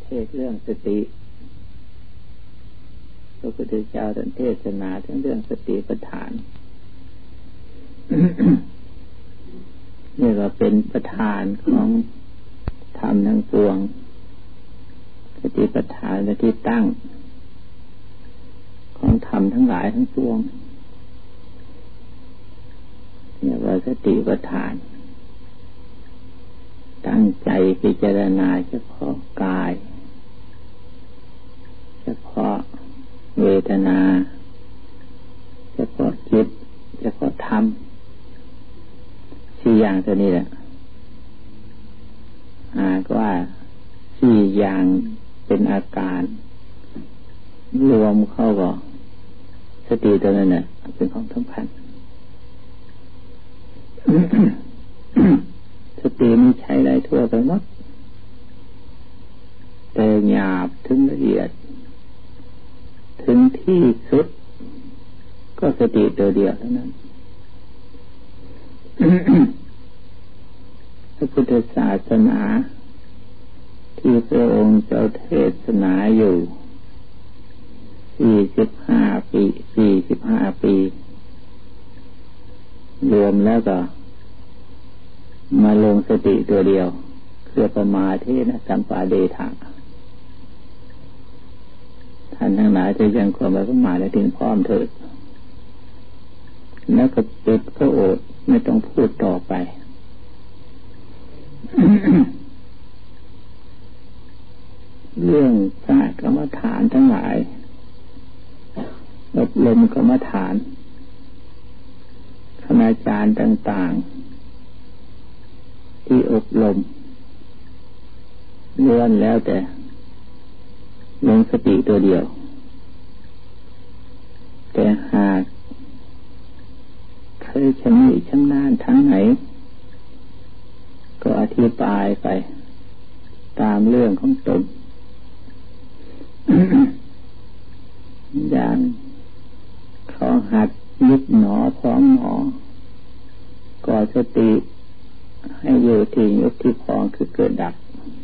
ศเรื่องสติพระพุทธเจ้าท่านเทศนาทั้งเรื่องสติปัฏฐาน นี่ก็เป็นประธานของธรรมทั้งปวงสติปัฏฐานเป็นที่ตั้งของธรรมทั้งหลายทั้งปวงนี่ว่าสติปัฏฐานตั้งใจพิจารณาเฉพาะกายเฉพาะเวทนาเฉพาะจิตเฉพาะธรรมสี่อย่างตัวนี้แหละหากว่าสี่อย่างเป็นอาการรวมเข้าก็สติตัวนั้นน่ะเป็นของสำคัญ สติมันใช้ได้ทั่วไปหมดแต่หยาบถึงละเอียดถึงที่สุดก็สติตัวเดียวเท่านั้น พระพุทธศาสนาที่พระองค์เจ้าเทศนาอยู่45 ปีรวมแล้วก็มาลงสติตัวเดียวคือประมาเทนะสัมปาเดทะท่านทั้งหลายจะยังความประมาทและถึงพร้อมเถิดแล้วก็ปิดก็โอดไม่ต้องพูดต่อไป เรื่องศาสตร์กรรมฐานทั้งหลายอบรมกรรมฐานคณาจารย์ต่างๆที่อบรมล้วนแล้วแต่ลงสติตัวเดียวแต่หากเคยชำนิชำนาญทางไหนก็อธิบายไปตามเรื่องของตน อย่างเขาหัดยุบหนอพร้อมหนอก่อสติให้อยู่ที่ยุบที่พองคือเกิดดับ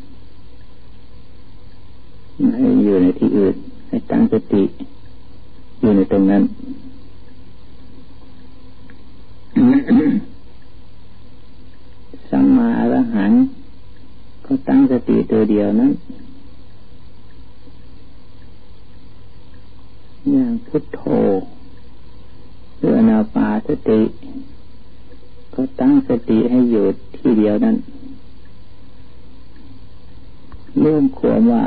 ไม่ให้อยู่ในที่อื่นให้ตั้งสติอยู่ในตรงนั้น สัมมาอรหังก็ตั้งสติตัวเดียวนั้นอย่างพุทโธหรืออนาปานสติก็ตั้งสติให้อยู่ที่เดียวนั้นรวมความว่า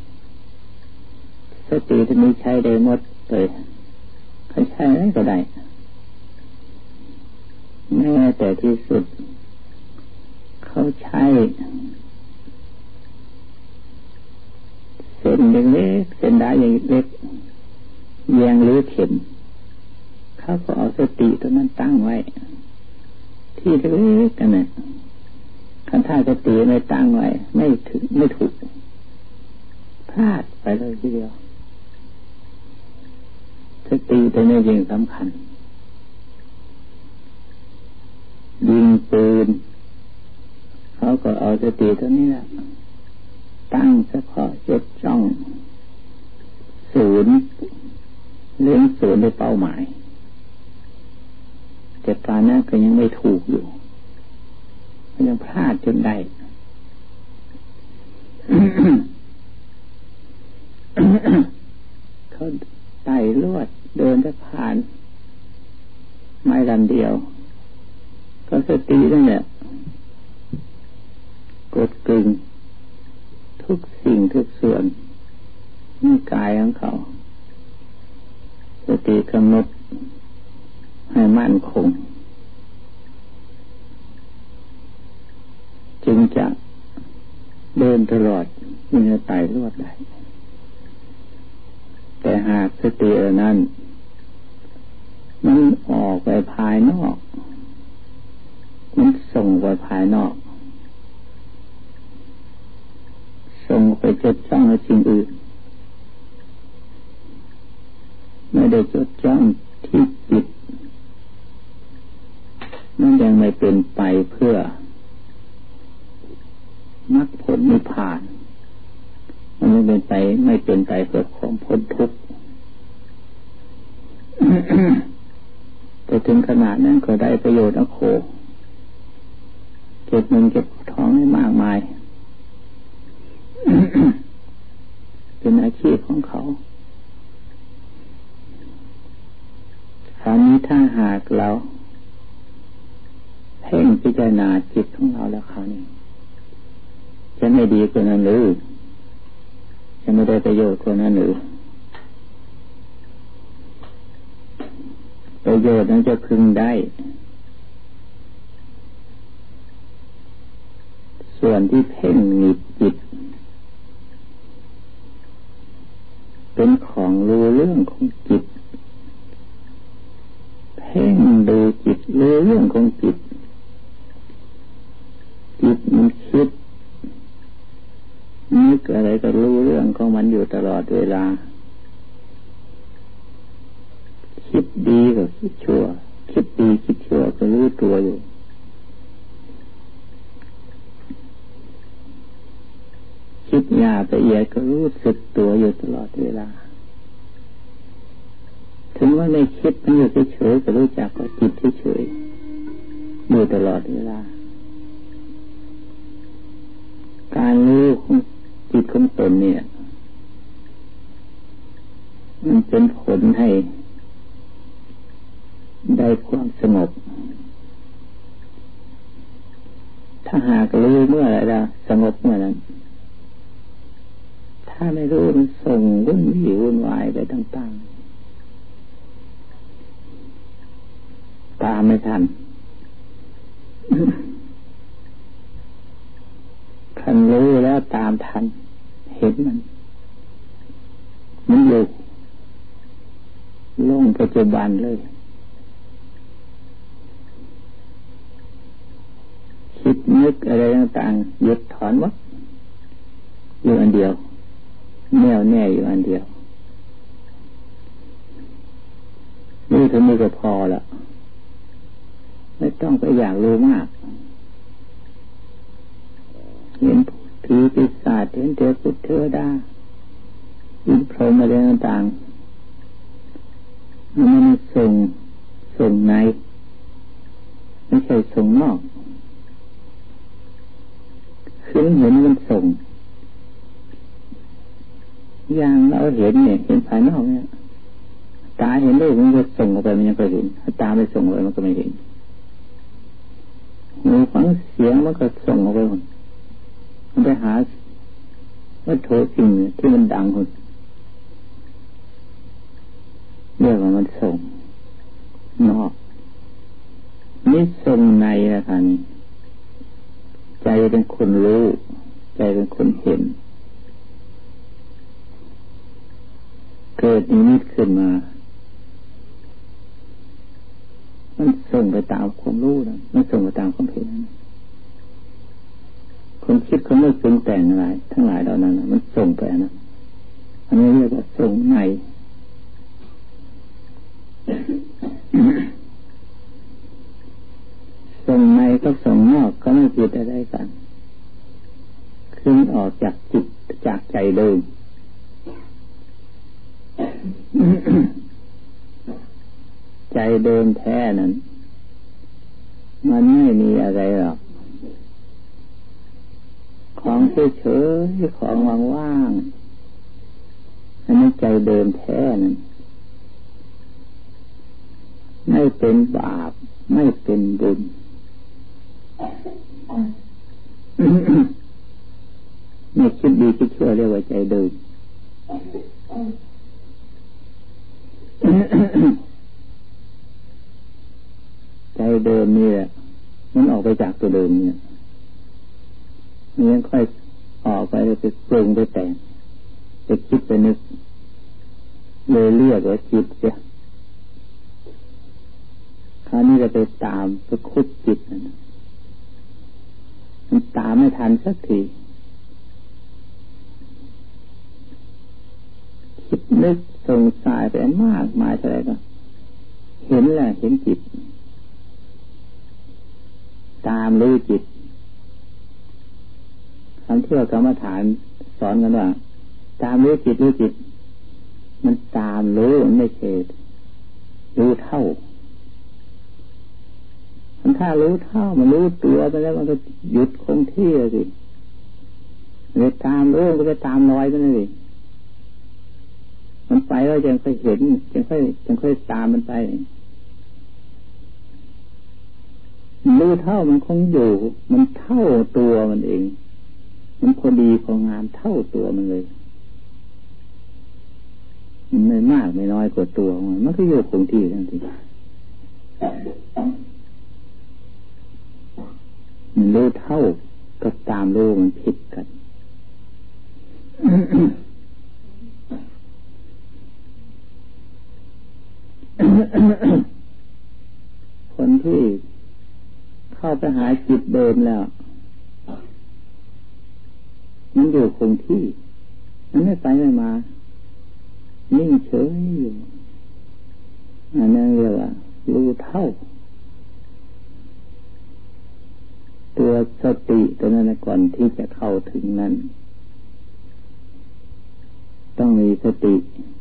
สติที่มีใช้ได้หมดเลยใครใช้อะไรก็ได้แม้แต่ที่สุดเขาใช้เส้นเล็กๆเส้นได้อย่างเล็กแยงหรือเข็มเขาก็เอาสติตัวนั้นตั้งไว้ที่เล็กๆกันน่ะคันถ้าสติไม่ตั้งไว้ไม่ถูกพลาดไปเลยทีเดียวสติตัวนี้ยิ่งสำคัญยิงปืนเขาก็เอาสติตัวนี้แหละตั้งเฉพาะจดจ้องศูนย์เลี้ยงศูนย์ด้วยเป้าหมายแต่การนั้นก็ยังไม่ถูกอยู่ยังพลาดจนได้ เขาไต่ลวดเดินจะผ่านไม้ลำเดียวก็สตินั่นแหละกดกึ่งทุกสิ่งทุกส่วนในกายของเขาสติกำหนดให้มั่นคงจึงจะเดินตลอดมันจะไต่ลวดได้แต่หากสตินั้นมันออกไปภายนอกมันส่งไปภายนอกส่งไปจดจ้องในสิ่งอื่นไม่ได้จดจ้องที่จิตมันยังไม่เป็นไปเพื่อมรรคผลนิพพานมันไม่เป็นไปเพื่อความพ้นทุกข์ แต่ถึงขนาดนั้นก็ได้ประโยชน์นะโคเก็บเงินเก็บทองให้มากมาย เป็นอาชีพของเขาคราวนี้ถ้าหากเราเพ่งพิจารณาจิตของเราแล้วคราวนี้จะไม่ดีกว่านั้นหรือจะไม่ได้ประโยชน์กว่านั้นหรือประโยชน์นั้นจะพึงได้ส่วนที่เพ่งหนีบจิตเป็นของรู้เรื่องของจิตเพ่งดูจิตรู้เรื่องของจิตจิตมันคิดนึกอะไรก็รู้เรื่องของมันอยู่ตลอดเวลาคิดดีก็คิดชั่วคิดดีคิดชั่วก็รู้ตัวอยู่คิดหยาบละเอียดก็รู้สึกตัวอยู่ตลอดเวลาถึงว่าไม่คิดมันอยู่เฉยๆก็รู้จักว่าจิตเฉยๆอยู่ตลอดเวลาการรู้ของจิตของตนเนี่ยมันเป็นผลให้ได้ความสงบถ้าหากรู้เมื่อไรแล้วสงบเมื่อนั้นถ้าไม่รู้มันส่งวุ่นวายไปต่างๆตามไม่ทันคันรู้แล้วตามทันเห็นมันอยู่ลงปัจจุบันเลยคิดนึกอะไรต่างๆหยุดถอนวัดอยู่อันเดียวแน่วแน่อยู่อันเดียวนี่เท่านี้ก็พอละไม่ต้องไปอยากรู้มากเห็นผีปีศาจเห็นเทพเทวดาอินพรหมอะไรต่างๆมันส่งในไม่ใช่ส่งนอกคือเห็นมันส่งอย่างเราเห็นเนี่ยเห็นภายนอกเนี่ยตาเห็นได้มันก็ส่งออกไปมันยังก็เห็นตาไม่ส่งออกไปมันก็ไม่เห็นหูฟังเสียงมันก็ส่งออกไปมันไปหาวัตถุสิ่งที่มันดังคนเรียกว่ามันส่งนอกนี่ส่งในนะคะนี่ใจเป็นคนรู้ใจเป็นคนเห็นเกิดนิมิตขึ้นมามันส่งไปตามความรู้นะมันส่งไปตามความเห็นนะคนคิดเขาไม่ปรุงแต่งอะไรทั้งหลายเหล่านั้นมันส่งไปนะอันนี้เรียกว่าส่งในส่งในกับส่งนอกก็ไม่ผิดอะไรกันขึ้นออกจากจิตจากใจเดิมใจเดิมแท้นั้นมันไม่มีอะไรหรอกของเฉยๆของว่างๆอันนี้ใจเดิมแท้นั้นไม่เป็นบาปไม่เป็นบุญไม่คิดดีคิดชั่วเรียกว่าใจเดิมใจเดิมนี่แหละมันออกไปจากตัวเดิมเนี่ยมันยังค่อยออกไปไปปรุงไปแต่งไปคิดไปนึกเลยเรียกว่าจิตเสียคราวนี้จะไปตามไปคุดจิตมันตามไม่ทันสักทีคิดนึกส่งสายไปมากมายอะไรก็เห็นแหละเห็นจิตตามรู้จิตคำที่เรากรรมฐานสอนกันว่าตามรู้จิตมันตามรู้มันไม่ใช่รู้เท่ามันถ้ารู้เท่ามันรู้ตัวไปแล้วมันก็หยุดคงที่เลยสิเลยตามรู้ก็ไปตามรอยมันเลยมันไปแล้วยังค่อยเห็นยังค่อยตามมันไปรู้เท่ามันคงอยู่มันเท่าตัวมันเองมันพอดีพองามเท่าตัวมันเลยมันไม่มากไม่น้อยกว่าตัวมันก็อยู่คงที่ทั้งทีมันรู้เท่ากับตามรู้มันผิดกัน คนที่เข้าไปหาจิตเดิมแล้วมันอยู่คงที่มันไม่ไปไม่มานิ่งเฉยอยู่อันนั้นเรียกว่ารู้เท่าตัวสติตัวนั้นก่อนที่จะเข้าถึงนั้นต้องมีสติ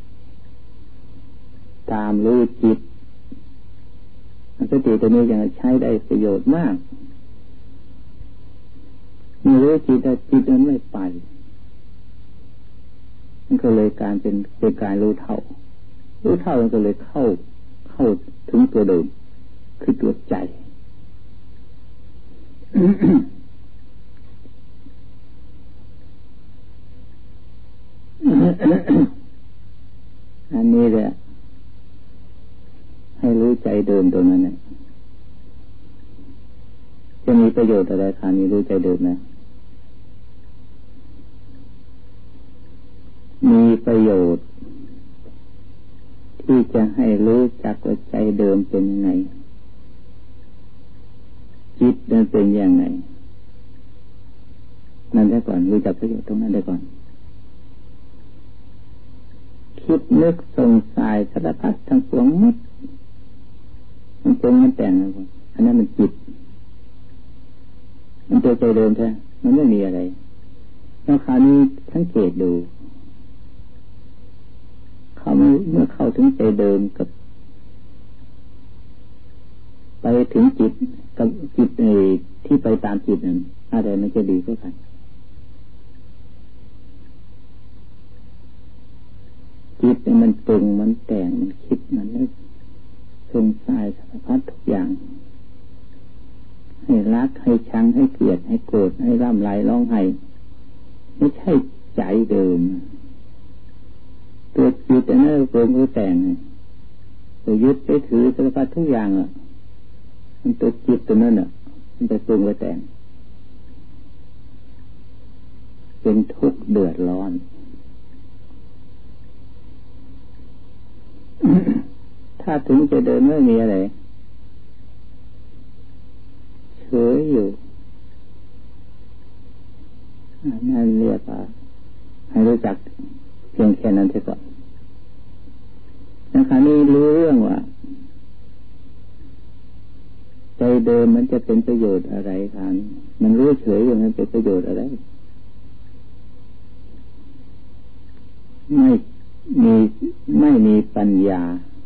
ตามรู้จิตสติตัวนี้ยังใช้ได้ประโยชน์มากมีรู้จิตแต่จิตนั้นไม่ไปมันก็เลยการเป็นการรู้เท่ามันก็เลยเข้าถึงตัวเดิมคือตัวใจ อันนี้แหละให้รู้ใจเดิมตัวนั้นนะจะมีประโยชน์อะไรคะนี่รู้ใจเดิมนะมีประโยชน์ที่จะให้รู้จักว่าใจเดิมเป็นยังไงจิตนั้นเป็นยังไงนั่นได้ก่อนรู้จักประโยชน์ตรงนั้นได้ก่อนคิดนึกสงสัยสารพัดทั้งปวงหมดมันเป็นมันแต่งนะคุณอันนั้นมันจิตมันตัวใจเดิมใช่มันไม่มีอะไรแล้วคราวนี้สังเกตดูเมื่อเข้าถึงใจเดิมกับไปถึงจิตกับจิตที่ไปตามจิตนั้นอะไรมันจะดีกว่ากันจิตมันปรุงมันแต่งมันคิดมันนึกสงสัยสารพัดทุกอย่างให้รักให้ชังให้เกลียดให้โกรธให้ร่ำไรร้องไห้ไม่ใช่ใจเดิมตัวจิตนั้นปรุงก็แต่งตัวยึดไปถือสารพัดทุกอย่างอ่ะมันตัวจิตตัวนั้นอ่ะมันไปปรุงไปแต่งเป็นทุกข์เดือดร้อนถ้าถึงจะเดินไม่มีอะไรเฉยอยู่นั่นเรียกว่าให้รู้จักเพียงแค่นั้นเท่านั้นนะครับนี่รู้เรื่องว่าใจเดิมมันจะเป็นประโยชน์อะไรครับมันรู้เฉยอย่างนั้นเป็นประโยชน์อะไรไม่มีปัญญา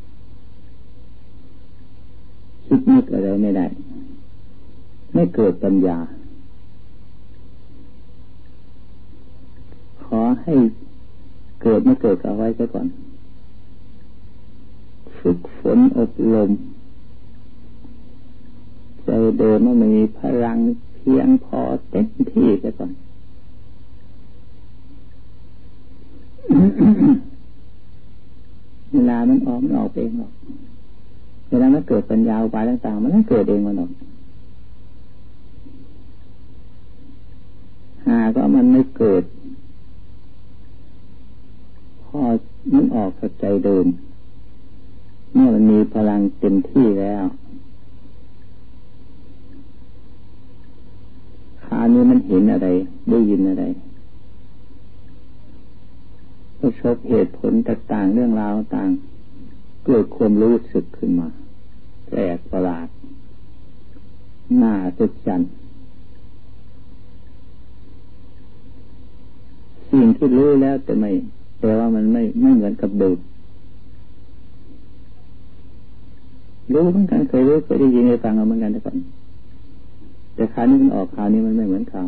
คิดนึกอะไรไม่ได้ไม่เกิดปัญญาขอให้เกิดไม่เกิดเอาไว้ซะก่อนฝึกฝนอบรมใจเดิมมันมีพลังเพียงพอเต็มที่ซะก่อน เวลามันออกเองหรอกเวลามันเกิดปัญญาอุบายต่างๆมันไม่เกิดเองมันหรอกหากว่ามันไม่เกิดพอมันออกจากใจเดิมเมื่อมันมีพลังเต็มที่แล้วคราวนี้มันเห็นอะไรได้ยินอะไรประสบเหตุผลต่างๆเรื่องราวต่างเกิดความรู้สึกขึ้นมาแปลกประหลาดน่าอัศจรรย์สสิ่งที่รู้แล้วแต่ว่ามันไม่เหมือนกับเดิมรู้เหมือนกันเคยรู้เคยได้ยินได้ฟังเหมือนกันแต่ก่อนแต่คราวนี้มันออกคราวนี้มันไม่เหมือนคราว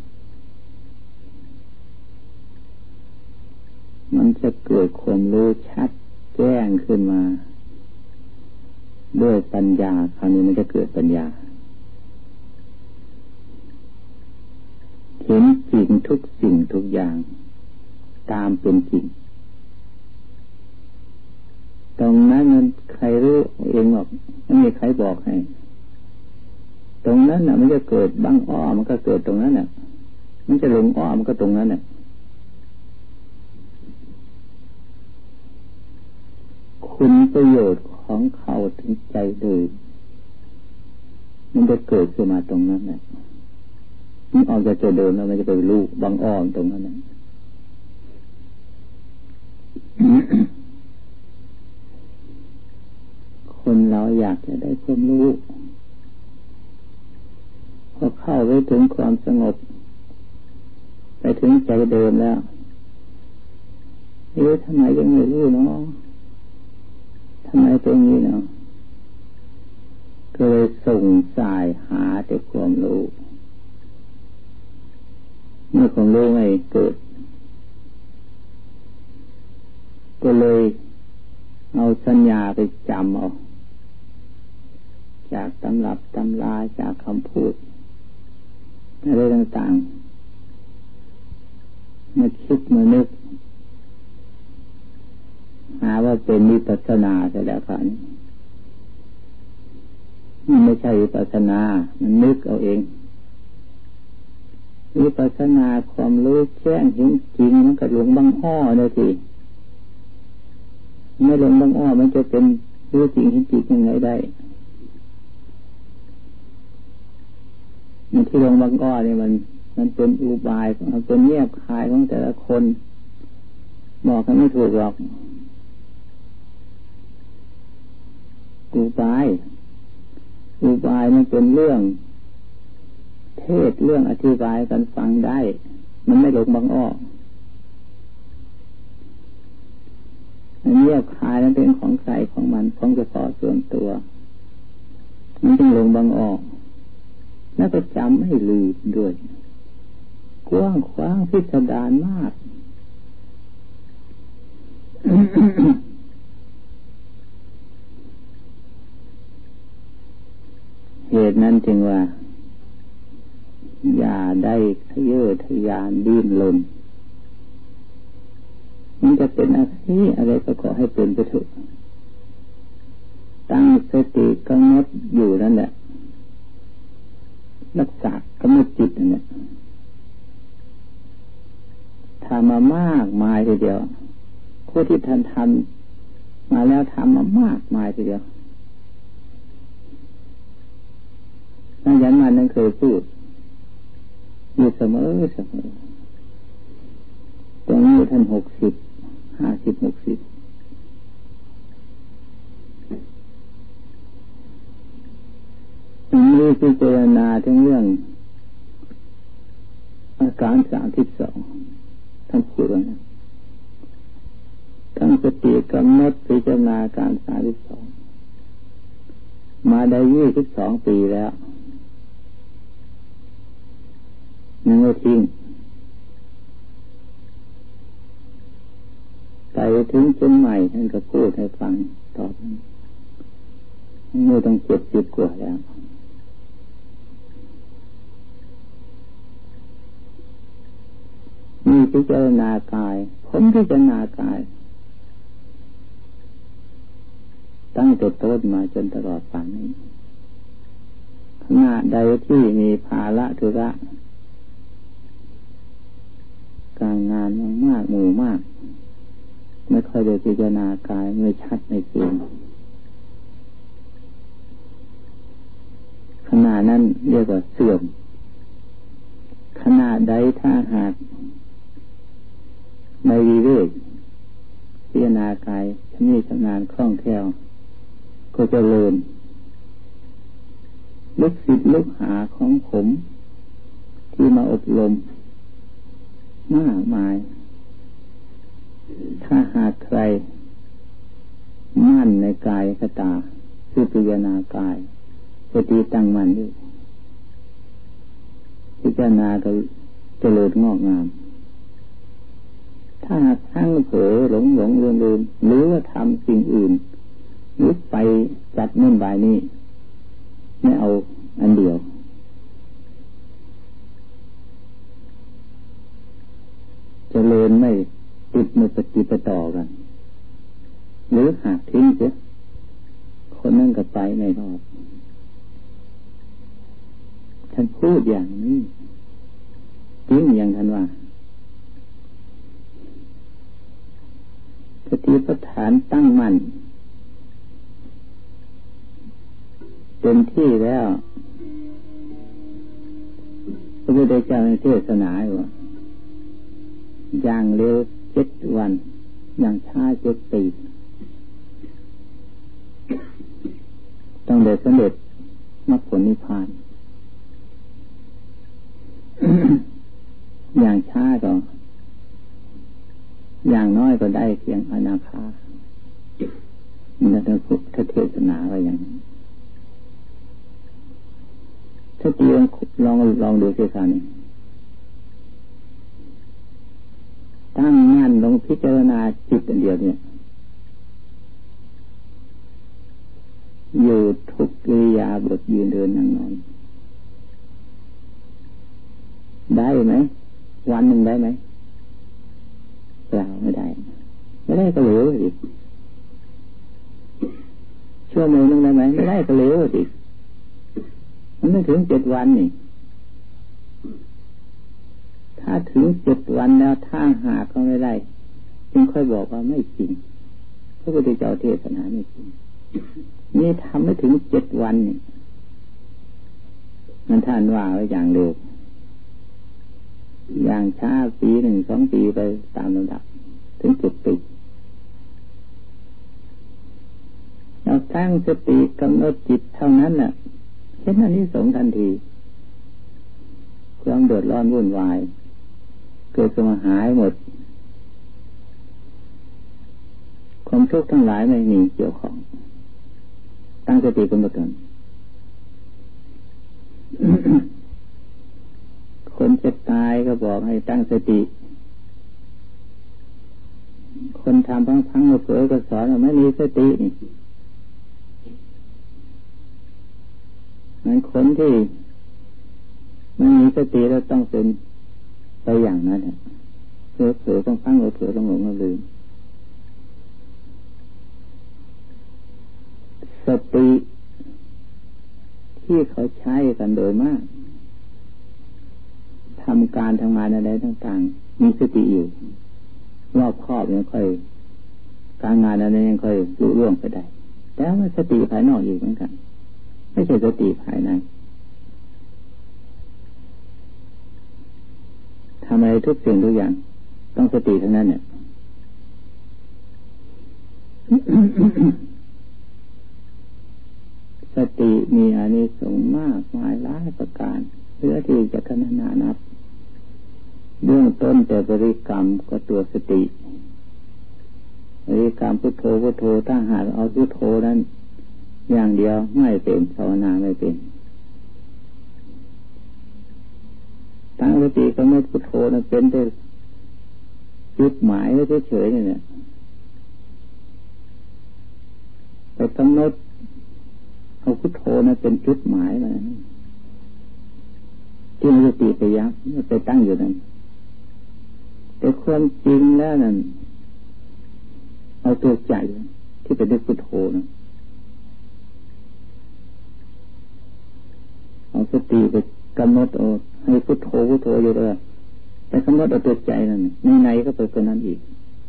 มันจะเกิดความรู้ชัดแจ้งขึ้นมาด้วยปัญญาคราวนี้มันจะเกิดปัญญาเห็นจริงทุกสิ่งทุกอย่างตามเป็นจริงตรงนั้นมันใครรู้เองหรอกไม่มีใครบอกให้ตรงนั้นน่ะมันจะเกิดบางอ้อมันก็เกิดตรงนั้นน่ะมันจะหลงอ้อมันก็ตรงนั้นน่ะคุณประโยชน์ของเขาถึงใจเลยมันจะเกิดขึ้นมาตรงนั้นน่ะมันออกจากตัวเดิมแล้วมันจะไปรู้บางอ้อมตรงนั้นน่ะ คนเราอยากจะได้ความรู้พอเข้าไปถึงความสงบไปถึงใจเดิมแล้วทำไมยังไม่รู้เนาะทำไมเป็นอย่างนี้เนาะก็เลยส่งสายหาแต่ความรู้เมื่อความรู้ไม่เกิดก็เลยเอาสัญญาไปจำเอาจากตำรับตำราจากคำพูดอะไรต่างๆมาคิดมานึกหาว่าเป็นวิปัสสนาแต่แล้วกันมันไม่ใช่วิปัสสนามันนึกเอาเองวิปัสสนาความรู้แจ้งเห็นจริงมันก็หลงบางอ้อเลยทีไม่หลงบางอ้อมันจะเป็นรู้จริงเห็นจริงยังไงได้มันที่หลงบางอ้อเนี่ยมันเป็นอุบายมันเป็นเงียบคายของแต่ละคนบอกกันไม่ถูกหรอกอุบายมันเป็นเรื่องเทศเรื่องอธิบายกันฟังได้มันไม่หลงบางอ้อมันเงียบคายนั้นเป็นของใครของมันของเฉพาะส่วนตัวมันจึงหลงบางอ้อแล้วก็จำให้ลืมด้วยกว้างขวางพิสดารมาก เหตุนั้นจึงว่าอย่าได้ทะเยอทะยานดิ้นรนมันจะเป็นอะไรก็ขอให้เป็นไปเถอะตั้งสติกำหนดอยู่นั่นแหละรักษากำหนดจิตนั่นแหละทำมามากมายทีเดียวผู้ที่ท่านทำมาแล้วทำมามากมายทีเดียวนั่นยันมานั่นเคยพูดอยู่เสมอตรงนี้ท่าน50-60มีพิจารณาทั้งเรื่องอาการ32ท่านพูดว่าตั้งสติกำหนดพิจารณาการ32มาได้22 ปีแล้วยังไม่ทิ้งไปถึงเชียงใหม่ท่านก็พูดให้ฟังตอบไม่ต้อง70 กว่าแล้วมีพิจารณากายผมพิจารณากายตั้งแต่ต้นมาจนตลอดป่านนี้ขณะใดที่มีภาระธุระการงานมากหมู่มากไม่ค่อยได้พิจารณากายไม่ชัดไม่เก่งขณะนั้นเรียกว่าเสื่อมขณะใดถ้าหากในวิเวกพิจารณากายชำนิชำนาญคล่องแคล่วก็เจริญลูกศิษย์ลูกหาของผมที่มาอบรมมากมายถ้าหากใครมั่นในกายคตาคือพิจารณากายสติตั้งมั่นอยู่พิจารณาก็เจริญงอกงามถ้าหากทั้งเผลอหลงลืมหรือว่าทำสิ่งอื่นหรือไปจัดนู่นบายนี้ไม่เอาอันเดียวเจริญไม่ติดมือปฏิปต่อกันหรือหากทิ้งเสียคนนั่นก็ไปไม่รอดท่านพูดอย่างนี้จริงอย่างท่านว่าสติปัฏฐานตั้งมั่นเต็มที่แล้วพระพุทธเจ้าในเทศนาว่าอย่างเร็ว7 วันอย่างช้า7 ปีต้องได้สำเร็จมรรคผลนิพพาน อย่างช้าก็อย่างน้อยก็ได้เพียงอนาคานี่ท่านพุทธเทศนาไว้อย่างนั้นถ้าตีลองดูสิครับนี่ตั้งมั่นลงพิจารณาจิตอันเดียวเนี่ยอยู่ทุกกิริยาบทยืนเดินนั่งนอนได้ไหมวันหนึ่งได้ไหมเปล่าไม่ได้ก็เหลวสิชั่วโมงนึงได้ไหมไม่ได้ก็เหลวสิมันไม่ถึง7 วันนี่ถ้าถึง7 วันแล้วถ้าหากก็ไม่ได้จึงค่อยบอกว่าไม่จริงพระพุทธเจ้าเทศนาไม่จริงนี่ทำไม่ถึง7 วันนี่มันท่านว่าไว้อย่างเร็วอย่างช้าปี 1 2 ปีไปตามลำดับถึง7 ปีเราตั้งสติกำหนดจิตเท่านั้นน่ะเห็นอานิสงส์ทันทีความเดือดร้อนวุ่นวายเกิดขึ้นมาหายหมดความทุกข์ทั้งหลายไม่มีเกี่ยวของตั้งสติกำหนดกัน คนจะตายก็บอกให้ตั้งสติคนทำพังๆเผลอก็สอนว่าไม่มีสตินี่นั้นคนที่ไม่มีสติแล้วต้องเป็นไปอย่างนั้นแหละเผลอต้องพังเผลอต้องหลงลืมสติที่เขาใช้กันโดยมากทำการทำงานอะไรต่างๆมีสติอยู่รอบครอบยังค่อยการงานอะไรยังค่อยลุล่วงไปได้แต่ว่าสติภายนอกอีกเหมือนกันไม่ใช่สติภายในทำอะไรทุกสิ่งทุกอย่างต้องสติทั้งนั้นเนี่ย สติมีอานิสงส์มากมายหลายประการเพื่อที่จะขนานนับเบื้องต้นแต่บริกรรมก็ตัวสติบริกรรมพุทโธพุทโธถ้าหากเอาพุทโธนั้นอย่างเดียวไม่เป็นภาวนาไม่เป็นตั้งสติกำหนดพุทโธนั้นเป็นแต่จุดหมายไว้เฉยๆเนี่ยไปกำหนดเอาพุทโธนั้นเป็นจุดหมายมาที่มีสติไปยับไปตั้งอยู่นั้นแต่ความจริงแล้วนั่นเอาตัวใจที่เป็นพุทโธนะเอาสติไปกำหนดเอาให้พุทโธพุทโธอยู่เลยแต่กำหนดเอาตัวใจนั่นในก็ไปเป็นนั้นอีก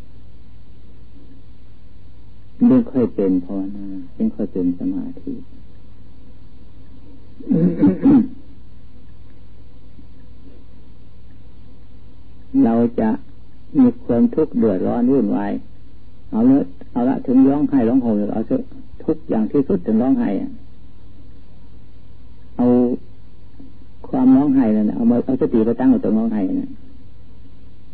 เรื่องค่อยเป็นภาวนาเรื่องค่อยเป็นสมาธิ เราจะมีความทุกข์เดือดร้อนวุ่นวายเอาละถึงร้องไห้ร้องโหยเอาทุกอย่างที่สุดถึงร้องไห้เอาความร้องไห้นั่นเอาสติไปตั้งอยู่ตรงร้องไห้นั่น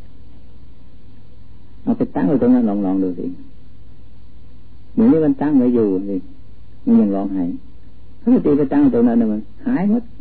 เอาไปตั้งไว้ตรงนั้นลองดูสิเหมือนนี่มันตั้งไว้อยู่สิมันยังร้องไห้ถ้าสติไปตั้งตรงนั้นมันหายหมด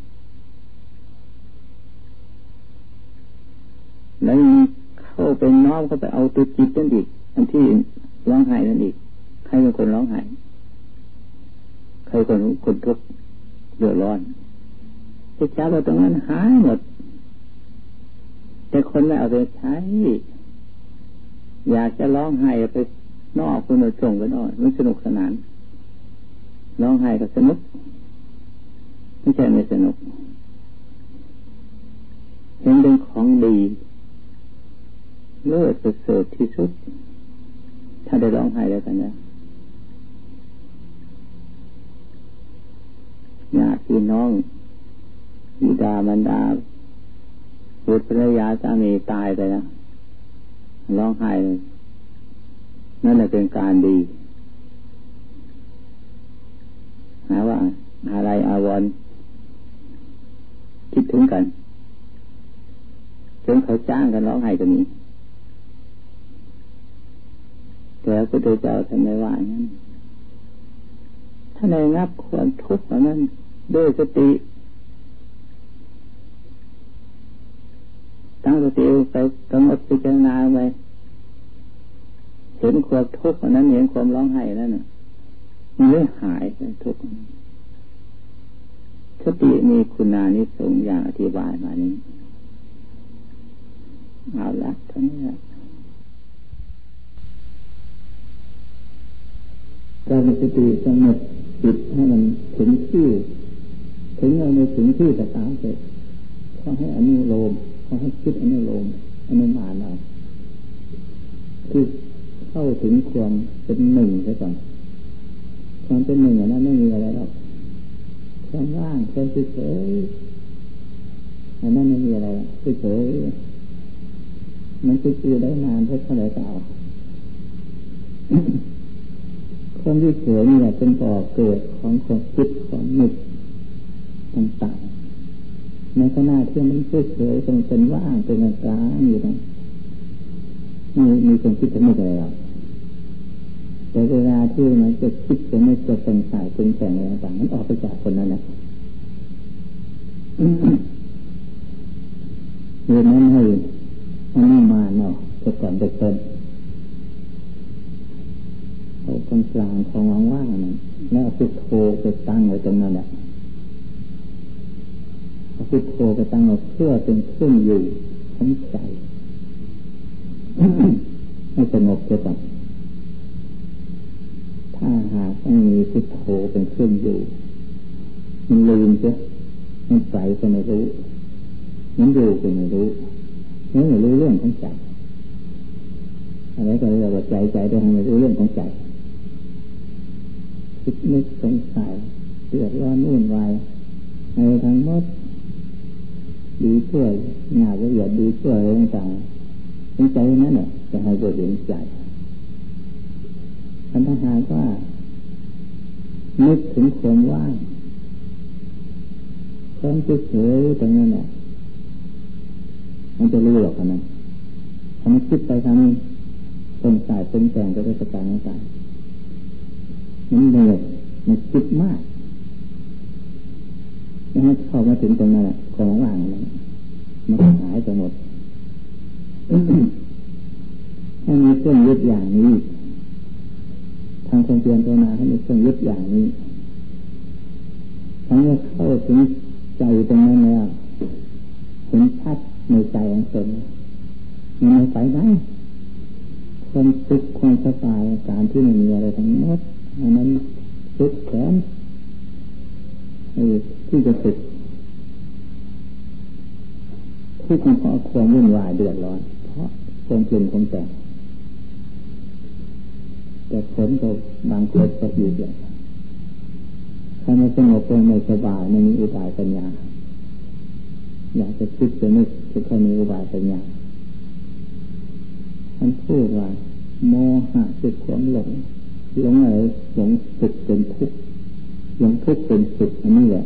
แล้วเข้าไปน้อมเข้าไปเอาตัวจิตนั่นอีกอันที่ร้องไห้นั่นอีกใครเป็นคนร้องไห้ใครคนทุกข์เดือดร้อนจะจับเราตรงนั้นหายหมดแต่คนไม่เอาไปใช้อยากจะร้องไห้ไปนอกคนเราส่งไปนอกมันสนุกสนานร้องไห้ก็สนุกไม่ใช่ไม่สนุกเห็นเป็นของดีเลิศประเสริฐที่สุดถ้าได้ร้องไห้แล้วกันนะญาติพี่น้องบิดามารดาบุตรภรรยาสามีตายไปนะร้องไห้เลยนั่นแหละเป็นการดีหาว่าอะไรอาวรณ์คิดถึงกันจนเขาจ้างกันร้องไห้กันนี้แต่พระพุทธเจ้าท่านไม่ว่าอย่างนั้นถ้าในงับความทุกข์นั้นด้วยสติตั้งสติไปกำหนดพิจารณาไปเห็นความทุกข์นั้นเห็นความร้องไห้นั่นน่ะมันเลยหายไปทุกข์สติมีคุณานิสงส์อย่างอธิบายมานี้เอาละเท่านี้การมีสติกำหนดจิตให้มันถึงที่ถึงเราในถึงที่แต่ตามเสร็จเขาให้อนุโลมเขาให้คิดอนุโลมอนุมานเอาคือเข้าถึงความเป็นหนึ่งซะก่อนความเป็นหนึ่งนั้นไม่มีอะไรหรอกความว่างความเฉยๆอันนั้นไม่มีอะไรเฉยๆมันคือได้นานเท่าไหร่ก็เอาความที่เฉยนี่แหละเป็นบ่อเกิดของความคิดของนึกต่างๆในขณะที่มันเฉยๆมันเป็นว่างเป็นกลางอยู่ตรงมีความคิดจะไม่ได้หรอกแต่เวลาที่มันจะคิดจะไม่จะสงสัยเป็นแต่งอะไรต่างๆมันออกไปจากคนนั้นนะเรื่องนั้นให้อันนี้มาเนาะจะก่อนจะเกินตรงกลางของว่างๆนั้นแล้วพุทโธไปตั้งไว้ตรงนั้นแหละพุทโธไปตั้งไว้เพื่อเป็นเครื่องอยู่ของใจให้สงบเสียก่อนถ้าหากไม่มีพุทโธเป็นเครื่องอยู่มันลืมเสียมันใส่ก็ไม่รู้มันอยู่ก็ไม่รู้ไม่รู้เรื่องของใจอะไรก็เรียกว่าใจแต่ไม่รู้เรื่องของใจคิดนึกสงสัยเดือดร้อนวุ่นวายในทั้งหมดดีช่วยงานละเอียดดีช่วยอะไรต่างๆเป็นใจนั่นแหละจะให้เกิดเห็นใจถ้าหากว่านึกถึงความว่างความเฉยๆตรงนั้นแหละมันจะรู้หรอกนะถ้ามันคิดไปทางสงสัยเป็นแต่งก็ได้ประการต่างๆมันเหนื่อยมันคิดมากแล้วเข้ามาถึงตรงนั้นของว่างนั้นมันหายไปหมดให้มีเครื่องยึดอย่างนี้ทางความเพียรภาวนาให้มีเครื่องยึดอย่างนี้ทั้งนี้เข้าถึงใจตรงนั้นแล้วเห็นชัดในใจของตนมันไม่ไปไหนความสุขความสบายการที่ไม่มีอะไรทั้งหมดอันนั้นสุดแสนที่จะสุดทุกข์เพราะความวุ่นวายเดือดร้อนเพราะความปรุงความแต่งแต่ผลก็บางคนก็อยู่อย่างถ้าไม่สงบไม่สบายไม่มีอุบายปัญญาอยากจะคิดจะนึกจะค่อยมีอุบายปัญญาท่านพูดว่าโมหะคือความหลงอะไรหลงสุขเป็นทุกข์หลงทุกข์เป็นสุขอันนี้แหละ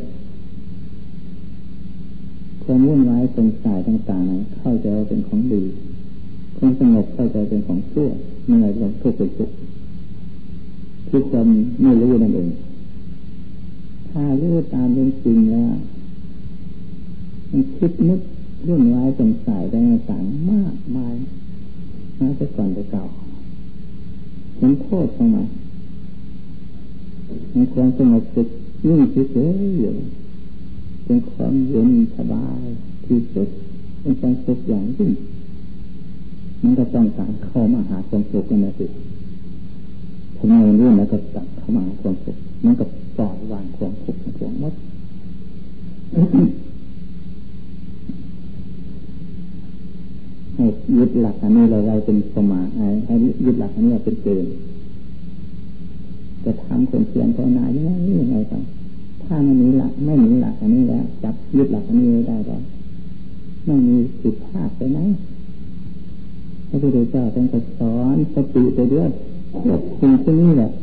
ความวุ่นวายสงสัยต่างๆเข้าใจว่าเป็นของดีความสงบเข้าใจเป็นของชั่วทุกข์เป็นสุขคือความไม่รู้นั่นเองถ้ารู้ตามเป็นจริงแล้วมันคิดนึกเรื่องร้ายสงสัยต่างๆมากมายมาแต่ก่อนแต่เก่าเห็นโทษของมันในความสงบสุขยิ่งเฉยๆอยู่เป็นความเย็นสบายที่สุดเป็นความสุขอย่างยิ่งมันก็ต้องการเข้ามาหาความสุขกันนะสิทำไมเรื่องแล้วก็ตัดเข้ามาหาความสุขมันก็ปล่อยวางความทุกข์ความมดให้ยึดหลักอันนี้เราเป็นประมาทให้ยึดหลักอันนี้เป็นเกณฑ์จะทำคนเพียรภาวนายังไงครับถ้าไม่มีหลักอันนี้แล้วจับยึดหลักอันนี้ไม่ได้หรอกไม่มีผิดพลาดไปไหนพระพุทธเจ้าท่านก็สอนสติไปด้วยควบคุมที่นี่แหละ